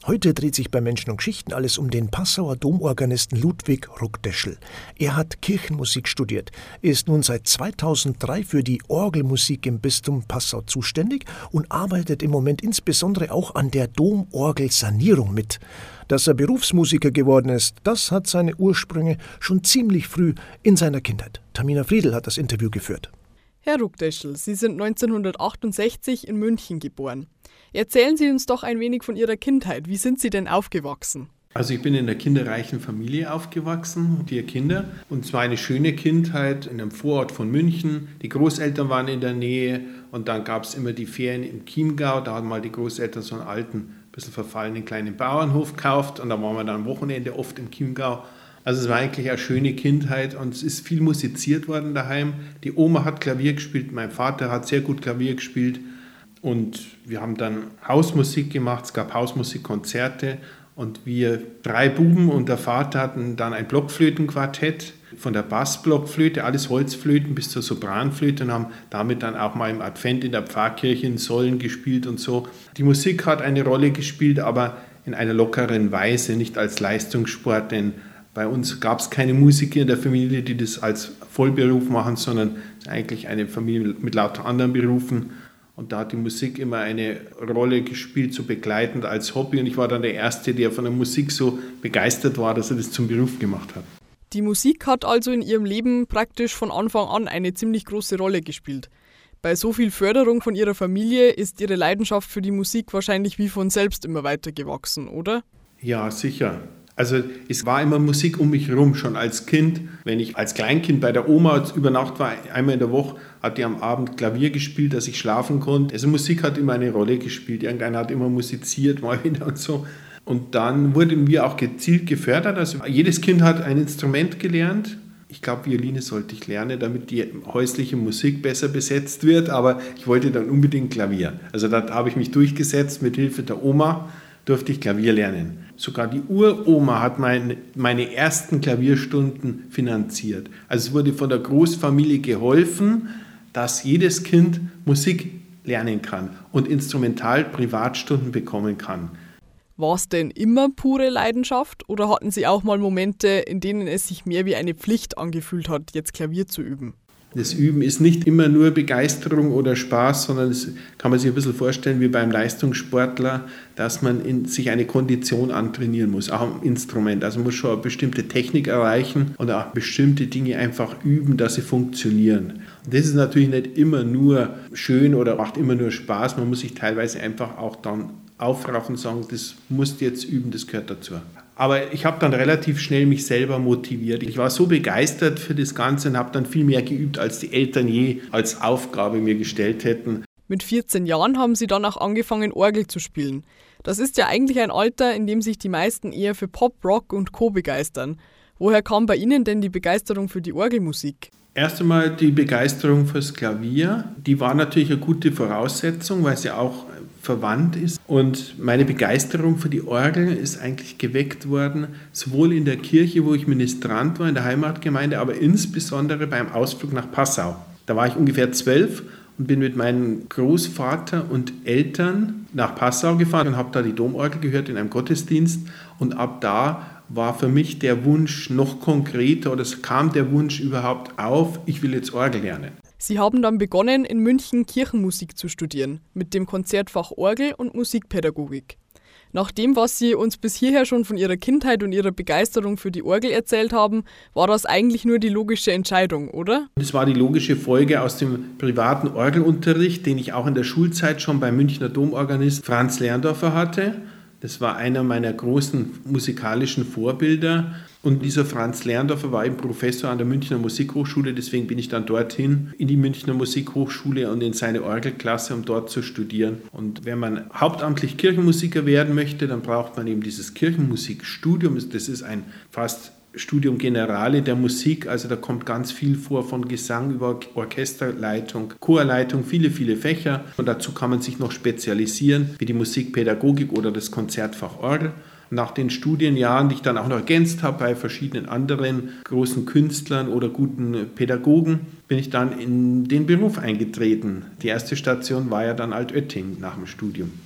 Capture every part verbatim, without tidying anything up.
Heute dreht sich bei Menschen und Geschichten alles um den Passauer Domorganisten Ludwig Ruckdeschl. Er hat Kirchenmusik studiert, ist nun seit zweitausenddrei für die Orgelmusik im Bistum Passau zuständig und arbeitet im Moment insbesondere auch an der Domorgelsanierung mit. Dass er Berufsmusiker geworden ist, das hat seine Ursprünge schon ziemlich früh in seiner Kindheit. Tamina Friedl hat das Interview geführt. Herr Ruckdeschl, Sie sind neunzehnhundertachtundsechzig in München geboren. Erzählen Sie uns doch ein wenig von Ihrer Kindheit. Wie sind Sie denn aufgewachsen? Also ich bin in einer kinderreichen Familie aufgewachsen, vier Kinder. Und zwar eine schöne Kindheit in einem Vorort von München. Die Großeltern waren in der Nähe und dann gab es immer die Ferien im Chiemgau. Da hatten mal die Großeltern so einen alten, ein bisschen verfallenen kleinen Bauernhof gekauft und da waren wir dann am Wochenende oft im Chiemgau. Also es war eigentlich eine schöne Kindheit und es ist viel musiziert worden daheim. Die Oma hat Klavier gespielt, mein Vater hat sehr gut Klavier gespielt und wir haben dann Hausmusik gemacht, es gab Hausmusikkonzerte und wir drei Buben und der Vater hatten dann ein Blockflötenquartett, von der Bassblockflöte, alles Holzflöten bis zur Sopranflöte und haben damit dann auch mal im Advent in der Pfarrkirche in Sollen gespielt und so. Die Musik hat eine Rolle gespielt, aber in einer lockeren Weise, nicht als Leistungssport, denn bei uns gab es keine Musiker in der Familie, die das als Vollberuf machen, sondern es ist eigentlich eine Familie mit lauter anderen Berufen. Und da hat die Musik immer eine Rolle gespielt, so begleitend als Hobby. Und ich war dann der Erste, der von der Musik so begeistert war, dass er das zum Beruf gemacht hat. Die Musik hat also in Ihrem Leben praktisch von Anfang an eine ziemlich große Rolle gespielt. Bei so viel Förderung von Ihrer Familie ist Ihre Leidenschaft für die Musik wahrscheinlich wie von selbst immer weiter gewachsen, oder? Ja, sicher. Also es war immer Musik um mich herum, schon als Kind. Wenn ich als Kleinkind bei der Oma über Nacht war, einmal in der Woche, hat die am Abend Klavier gespielt, dass ich schlafen konnte. Also Musik hat immer eine Rolle gespielt. Irgendeiner hat immer musiziert, mal wieder und so. Und dann wurden wir auch gezielt gefördert. Also jedes Kind hat ein Instrument gelernt. Ich glaube, Violine sollte ich lernen, damit die häusliche Musik besser besetzt wird. Aber ich wollte dann unbedingt Klavier. Also da habe ich mich durchgesetzt mit Hilfe der Oma. Durfte ich Klavier lernen. Sogar die Uroma hat meine, meine ersten Klavierstunden finanziert. Also es wurde von der Großfamilie geholfen, dass jedes Kind Musik lernen kann und instrumental Privatstunden bekommen kann. War es denn immer pure Leidenschaft oder hatten Sie auch mal Momente, in denen es sich mehr wie eine Pflicht angefühlt hat, jetzt Klavier zu üben? Das Üben ist nicht immer nur Begeisterung oder Spaß, sondern es kann man sich ein bisschen vorstellen wie beim Leistungssportler, dass man in sich eine Kondition antrainieren muss, auch am Instrument. Also man muss schon eine bestimmte Technik erreichen und auch bestimmte Dinge einfach üben, dass sie funktionieren. Und das ist natürlich nicht immer nur schön oder macht immer nur Spaß. Man muss sich teilweise einfach auch dann aufraffen und sagen, das musst du jetzt üben, das gehört dazu. Aber ich habe dann relativ schnell mich selber motiviert. Ich war so begeistert für das Ganze und habe dann viel mehr geübt, als die Eltern je als Aufgabe mir gestellt hätten. Mit vierzehn Jahren haben Sie dann auch angefangen, Orgel zu spielen. Das ist ja eigentlich ein Alter, in dem sich die meisten eher für Pop, Rock und Co. begeistern. Woher kam bei Ihnen denn die Begeisterung für die Orgelmusik? Erst einmal die Begeisterung fürs Klavier. Die war natürlich eine gute Voraussetzung, weil sie auch verwandt ist. Und meine Begeisterung für die Orgel ist eigentlich geweckt worden, sowohl in der Kirche, wo ich Ministrant war, in der Heimatgemeinde, aber insbesondere beim Ausflug nach Passau. Da war ich ungefähr zwölf und bin mit meinem Großvater und Eltern nach Passau gefahren und habe da die Domorgel gehört in einem Gottesdienst. Und ab da war für mich der Wunsch noch konkreter oder es kam der Wunsch überhaupt auf, ich will jetzt Orgel lernen. Sie haben dann begonnen, in München Kirchenmusik zu studieren, mit dem Konzertfach Orgel und Musikpädagogik. Nach dem, was Sie uns bis hierher schon von Ihrer Kindheit und Ihrer Begeisterung für die Orgel erzählt haben, war das eigentlich nur die logische Entscheidung, oder? Das war die logische Folge aus dem privaten Orgelunterricht, den ich auch in der Schulzeit schon beim Münchner Domorganist Franz Lerndorfer hatte. Das war einer meiner großen musikalischen Vorbilder. Und dieser Franz Lerndorfer war eben Professor an der Münchner Musikhochschule. Deswegen bin ich dann dorthin in die Münchner Musikhochschule und in seine Orgelklasse, um dort zu studieren. Und wenn man hauptamtlich Kirchenmusiker werden möchte, dann braucht man eben dieses Kirchenmusikstudium. Das ist ein fast Studium Generale der Musik, also da kommt ganz viel vor, von Gesang über Orchesterleitung, Chorleitung, viele, viele Fächer. Und dazu kann man sich noch spezialisieren, wie die Musikpädagogik oder das Konzertfach Orgel. Nach den Studienjahren, die ich dann auch noch ergänzt habe bei verschiedenen anderen großen Künstlern oder guten Pädagogen, bin ich dann in den Beruf eingetreten. Die erste Station war ja dann Altötting nach dem Studium.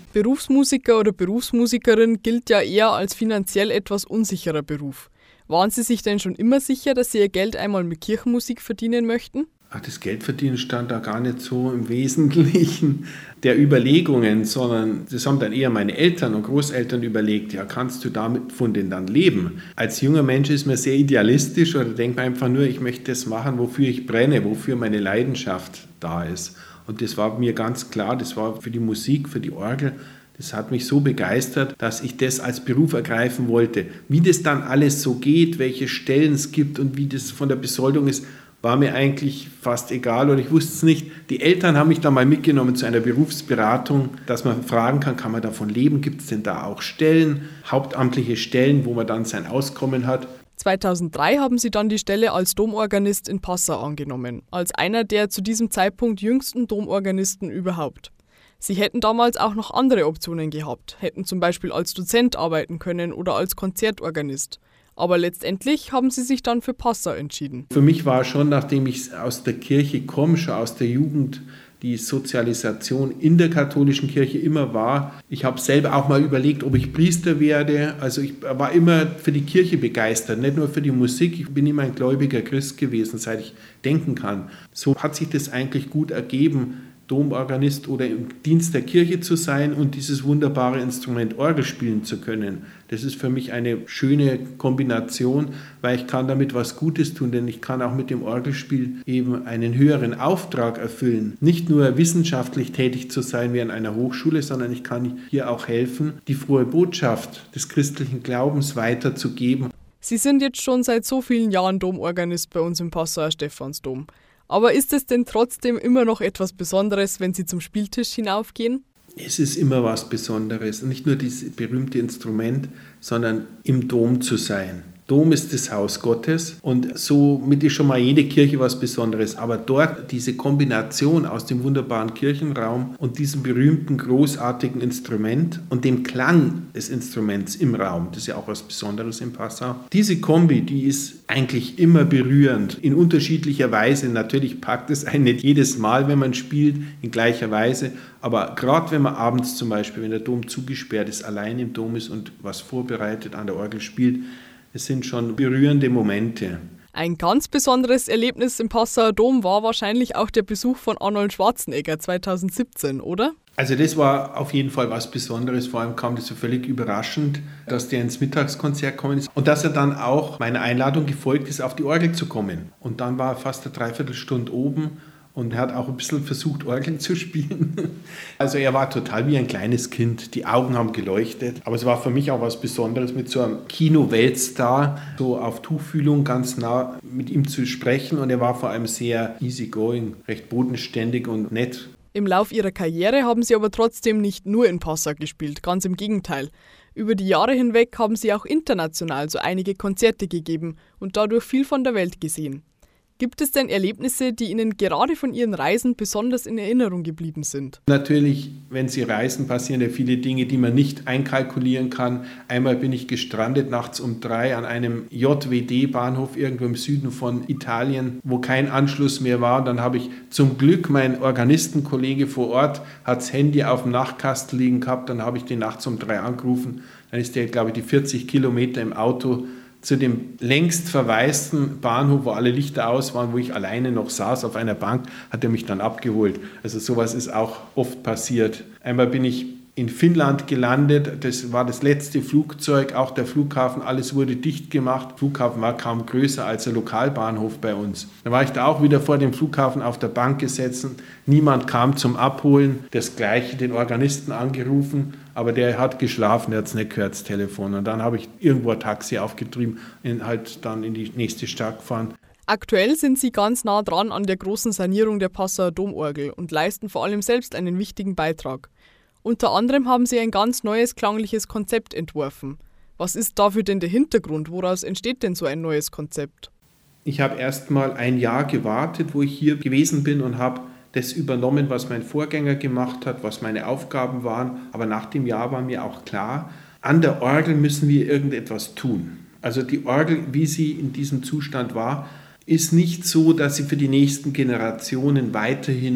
Berufsmusiker oder Berufsmusikerin gilt ja eher als finanziell etwas unsicherer Beruf. Waren Sie sich denn schon immer sicher, dass Sie Ihr Geld einmal mit Kirchenmusik verdienen möchten? Ach, das Geldverdienen stand da gar nicht so im Wesentlichen der Überlegungen, sondern das haben dann eher meine Eltern und Großeltern überlegt, ja, kannst du damit von denen dann leben? Als junger Mensch ist man sehr idealistisch oder denkt man einfach nur, ich möchte das machen, wofür ich brenne, wofür meine Leidenschaft da ist. Und das war mir ganz klar, das war für die Musik, für die Orgel, das hat mich so begeistert, dass ich das als Beruf ergreifen wollte. Wie das dann alles so geht, welche Stellen es gibt und wie das von der Besoldung ist, war mir eigentlich fast egal oder ich wusste es nicht. Die Eltern haben mich dann mal mitgenommen zu einer Berufsberatung, dass man fragen kann, kann man davon leben? Gibt es denn da auch Stellen, hauptamtliche Stellen, wo man dann sein Auskommen hat? zweitausenddrei haben Sie dann die Stelle als Domorganist in Passau angenommen, als einer der zu diesem Zeitpunkt jüngsten Domorganisten überhaupt. Sie hätten damals auch noch andere Optionen gehabt, hätten zum Beispiel als Dozent arbeiten können oder als Konzertorganist. Aber letztendlich haben Sie sich dann für Passau entschieden. Für mich war schon, nachdem ich aus der Kirche komme, schon aus der Jugend, die Sozialisation in der katholischen Kirche immer war. Ich habe selber auch mal überlegt, ob ich Priester werde. Also ich war immer für die Kirche begeistert, nicht nur für die Musik. Ich bin immer ein gläubiger Christ gewesen, seit ich denken kann. So hat sich das eigentlich gut ergeben, Domorganist oder im Dienst der Kirche zu sein und dieses wunderbare Instrument Orgel spielen zu können. Das ist für mich eine schöne Kombination, weil ich kann damit was Gutes tun, denn ich kann auch mit dem Orgelspiel eben einen höheren Auftrag erfüllen. Nicht nur wissenschaftlich tätig zu sein wie an einer Hochschule, sondern ich kann hier auch helfen, die frohe Botschaft des christlichen Glaubens weiterzugeben. Sie sind jetzt schon seit so vielen Jahren Domorganist bei uns im Passauer Stephansdom. Aber ist es denn trotzdem immer noch etwas Besonderes, wenn Sie zum Spieltisch hinaufgehen? Es ist immer was Besonderes. Nicht nur dieses berühmte Instrument, sondern im Dom zu sein. Dom ist das Haus Gottes und somit ist schon mal jede Kirche was Besonderes. Aber dort diese Kombination aus dem wunderbaren Kirchenraum und diesem berühmten, großartigen Instrument und dem Klang des Instruments im Raum, das ist ja auch was Besonderes in Passau. Diese Kombi, die ist eigentlich immer berührend, in unterschiedlicher Weise. Natürlich packt es einen nicht jedes Mal, wenn man spielt, in gleicher Weise. Aber gerade wenn man abends zum Beispiel, wenn der Dom zugesperrt ist, allein im Dom ist und was vorbereitet an der Orgel spielt, es sind schon berührende Momente. Ein ganz besonderes Erlebnis im Passauer Dom war wahrscheinlich auch der Besuch von Arnold Schwarzenegger zweitausendsiebzehn, oder? Also das war auf jeden Fall was Besonderes. Vor allem kam das so völlig überraschend, dass der ins Mittagskonzert gekommen ist und dass er dann auch meiner Einladung gefolgt ist, auf die Orgel zu kommen. Und dann war er fast eine Dreiviertelstunde oben. Und er hat auch ein bisschen versucht, Orgel zu spielen. Also er war total wie ein kleines Kind. Die Augen haben geleuchtet. Aber es war für mich auch was Besonderes, mit so einem Kino-Weltstar so auf Tuchfühlung ganz nah mit ihm zu sprechen. Und er war vor allem sehr easygoing, recht bodenständig und nett. Im Lauf ihrer Karriere haben sie aber trotzdem nicht nur in Passau gespielt, ganz im Gegenteil. Über die Jahre hinweg haben sie auch international so einige Konzerte gegeben und dadurch viel von der Welt gesehen. Gibt es denn Erlebnisse, die Ihnen gerade von Ihren Reisen besonders in Erinnerung geblieben sind? Natürlich, wenn Sie reisen, passieren ja viele Dinge, die man nicht einkalkulieren kann. Einmal bin ich gestrandet nachts um drei an einem J W D-Bahnhof irgendwo im Süden von Italien, wo kein Anschluss mehr war. Dann habe ich zum Glück mein Organistenkollege vor Ort, hat das Handy auf dem Nachtkasten liegen gehabt. Dann habe ich den nachts um drei angerufen. Dann ist der, glaube ich, die vierzig Kilometer im Auto zu dem längst verwaisten Bahnhof, wo alle Lichter aus waren, wo ich alleine noch saß auf einer Bank, hat er mich dann abgeholt. Also sowas ist auch oft passiert. Einmal bin ich in Finnland gelandet, das war das letzte Flugzeug, auch der Flughafen, alles wurde dicht gemacht. Der Flughafen war kaum größer als der Lokalbahnhof bei uns. Dann war ich da auch wieder vor dem Flughafen auf der Bank gesessen, niemand kam zum Abholen, das Gleiche den Organisten angerufen, aber der hat geschlafen, der hat es nicht gehört, das Telefon. Und dann habe ich irgendwo ein Taxi aufgetrieben und halt dann in die nächste Stadt gefahren. Aktuell sind Sie ganz nah dran an der großen Sanierung der Passauer Domorgel und leisten vor allem selbst einen wichtigen Beitrag. Unter anderem haben Sie ein ganz neues klangliches Konzept entworfen. Was ist dafür denn der Hintergrund? Woraus entsteht denn so ein neues Konzept? Ich habe erst mal ein Jahr gewartet, wo ich hier gewesen bin und habe das übernommen, was mein Vorgänger gemacht hat, was meine Aufgaben waren. Aber nach dem Jahr war mir auch klar, an der Orgel müssen wir irgendetwas tun. Also die Orgel, wie sie in diesem Zustand war, ist nicht so, dass sie für die nächsten Generationen weiterhin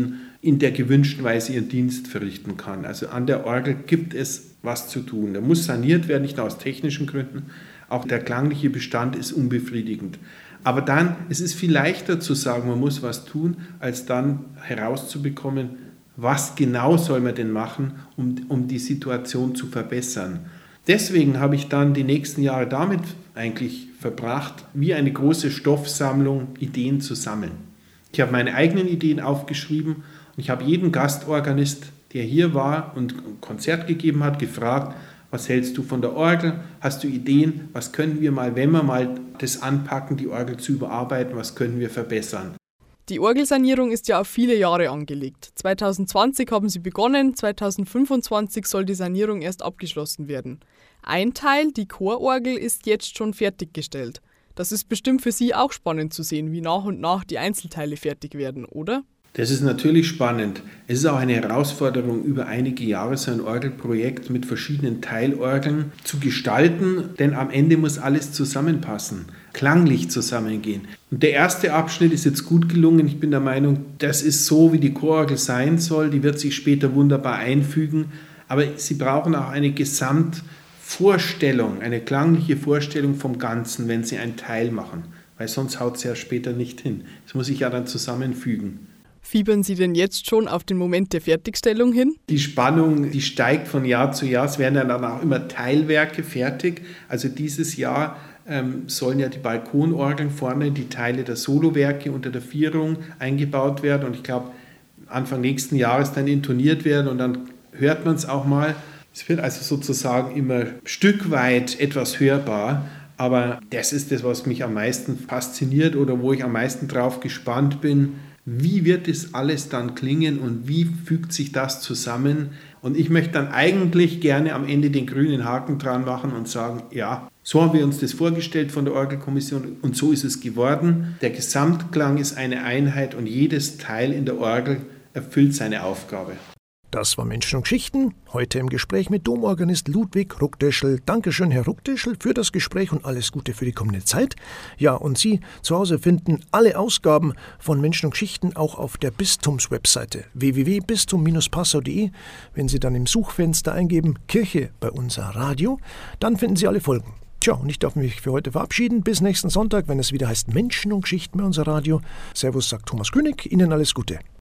in der gewünschten Weise ihren Dienst verrichten kann. Also an der Orgel gibt es was zu tun. Da muss saniert werden, nicht nur aus technischen Gründen, auch der klangliche Bestand ist unbefriedigend. Aber dann, es ist viel leichter zu sagen, man muss was tun, als dann herauszubekommen, was genau soll man denn machen, um, um die Situation zu verbessern. Deswegen habe ich dann die nächsten Jahre damit eigentlich verbracht, wie eine große Stoffsammlung Ideen zu sammeln. Ich habe meine eigenen Ideen aufgeschrieben und ich habe jeden Gastorganist, der hier war und ein Konzert gegeben hat, gefragt, was hältst du von der Orgel? Hast du Ideen? Was können wir mal, wenn wir mal das anpacken, die Orgel zu überarbeiten, was können wir verbessern? Die Orgelsanierung ist ja auf viele Jahre angelegt. zwanzig zwanzig haben sie begonnen, zwanzig fünfundzwanzig soll die Sanierung erst abgeschlossen werden. Ein Teil, die Chororgel, ist jetzt schon fertiggestellt. Das ist bestimmt für Sie auch spannend zu sehen, wie nach und nach die Einzelteile fertig werden, oder? Das ist natürlich spannend. Es ist auch eine Herausforderung, über einige Jahre so ein Orgelprojekt mit verschiedenen Teilorgeln zu gestalten, denn am Ende muss alles zusammenpassen, klanglich zusammengehen. Und der erste Abschnitt ist jetzt gut gelungen. Ich bin der Meinung, das ist so, wie die Chororgel sein soll. Die wird sich später wunderbar einfügen, aber Sie brauchen auch eine Gesamtvorstellung, eine klangliche Vorstellung vom Ganzen, wenn Sie ein Teil machen, weil sonst haut es ja später nicht hin. Es muss sich ja dann zusammenfügen. Fiebern Sie denn jetzt schon auf den Moment der Fertigstellung hin? Die Spannung, die steigt von Jahr zu Jahr. Es werden ja dann auch immer Teilwerke fertig. Also dieses Jahr ähm, sollen ja die Balkonorgeln vorne, die Teile der Solowerke unter der Vierung eingebaut werden. Und ich glaube, Anfang nächsten Jahres dann intoniert werden und dann hört man es auch mal. Es wird also sozusagen immer stückweit etwas hörbar. Aber das ist das, was mich am meisten fasziniert oder wo ich am meisten drauf gespannt bin. Wie wird es alles dann klingen und wie fügt sich das zusammen? Und ich möchte dann eigentlich gerne am Ende den grünen Haken dran machen und sagen, ja, so haben wir uns das vorgestellt von der Orgelkommission und so ist es geworden. Der Gesamtklang ist eine Einheit und jedes Teil in der Orgel erfüllt seine Aufgabe. Das war Menschen und Geschichten, heute im Gespräch mit Domorganist Ludwig Ruckdeschl. Dankeschön, Herr Ruckdeschl, für das Gespräch und alles Gute für die kommende Zeit. Ja, und Sie zu Hause finden alle Ausgaben von Menschen und Geschichten auch auf der Bistums-Webseite w w w punkt bistum Bindestrich passau punkt de. Wenn Sie dann im Suchfenster eingeben, Kirche bei unser Radio, dann finden Sie alle Folgen. Tja, und ich darf mich für heute verabschieden. Bis nächsten Sonntag, wenn es wieder heißt Menschen und Geschichten bei unser Radio. Servus, sagt Thomas König. Ihnen alles Gute.